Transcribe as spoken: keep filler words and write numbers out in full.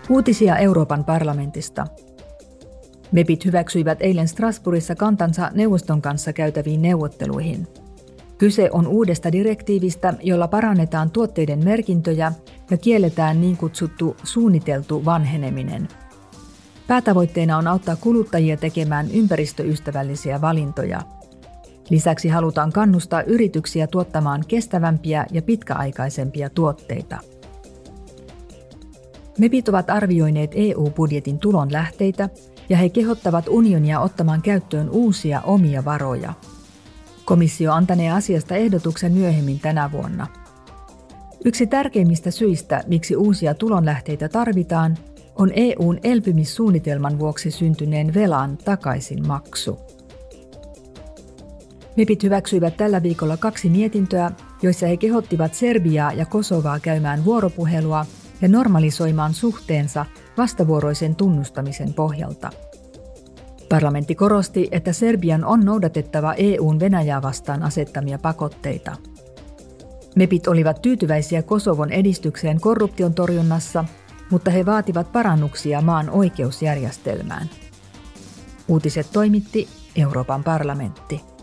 Uutisia Euroopan parlamentista. Mepit hyväksyivät eilen Strasbourgissa kantansa neuvoston kanssa käytäviin neuvotteluihin. Kyse on uudesta direktiivistä, jolla parannetaan tuotteiden merkintöjä ja kielletään niin kutsuttu suunniteltu vanheneminen. Päätavoitteena on auttaa kuluttajia tekemään ympäristöystävällisiä valintoja. Lisäksi halutaan kannustaa yrityksiä tuottamaan kestävämpiä ja pitkäaikaisempia tuotteita. Mepit ovat arvioineet E U-budjetin tulonlähteitä ja he kehottavat unionia ottamaan käyttöön uusia omia varoja. Komissio antanee asiasta ehdotuksen myöhemmin tänä vuonna. Yksi tärkeimmistä syistä, miksi uusia tulonlähteitä tarvitaan, on E U:n elpymissuunnitelman vuoksi syntyneen velan takaisinmaksu. Mepit hyväksyivät tällä viikolla kaksi mietintöä, joissa he kehottivat Serbiaa ja Kosovaa käymään vuoropuhelua ja normalisoimaan suhteensa vastavuoroisen tunnustamisen pohjalta. Parlamentti korosti, että Serbian on noudatettava E U:n Venäjää vastaan asettamia pakotteita. Mepit olivat tyytyväisiä Kosovon edistykseen korruption torjunnassa, mutta he vaativat parannuksia maan oikeusjärjestelmään. Uutiset toimitti Euroopan parlamentti.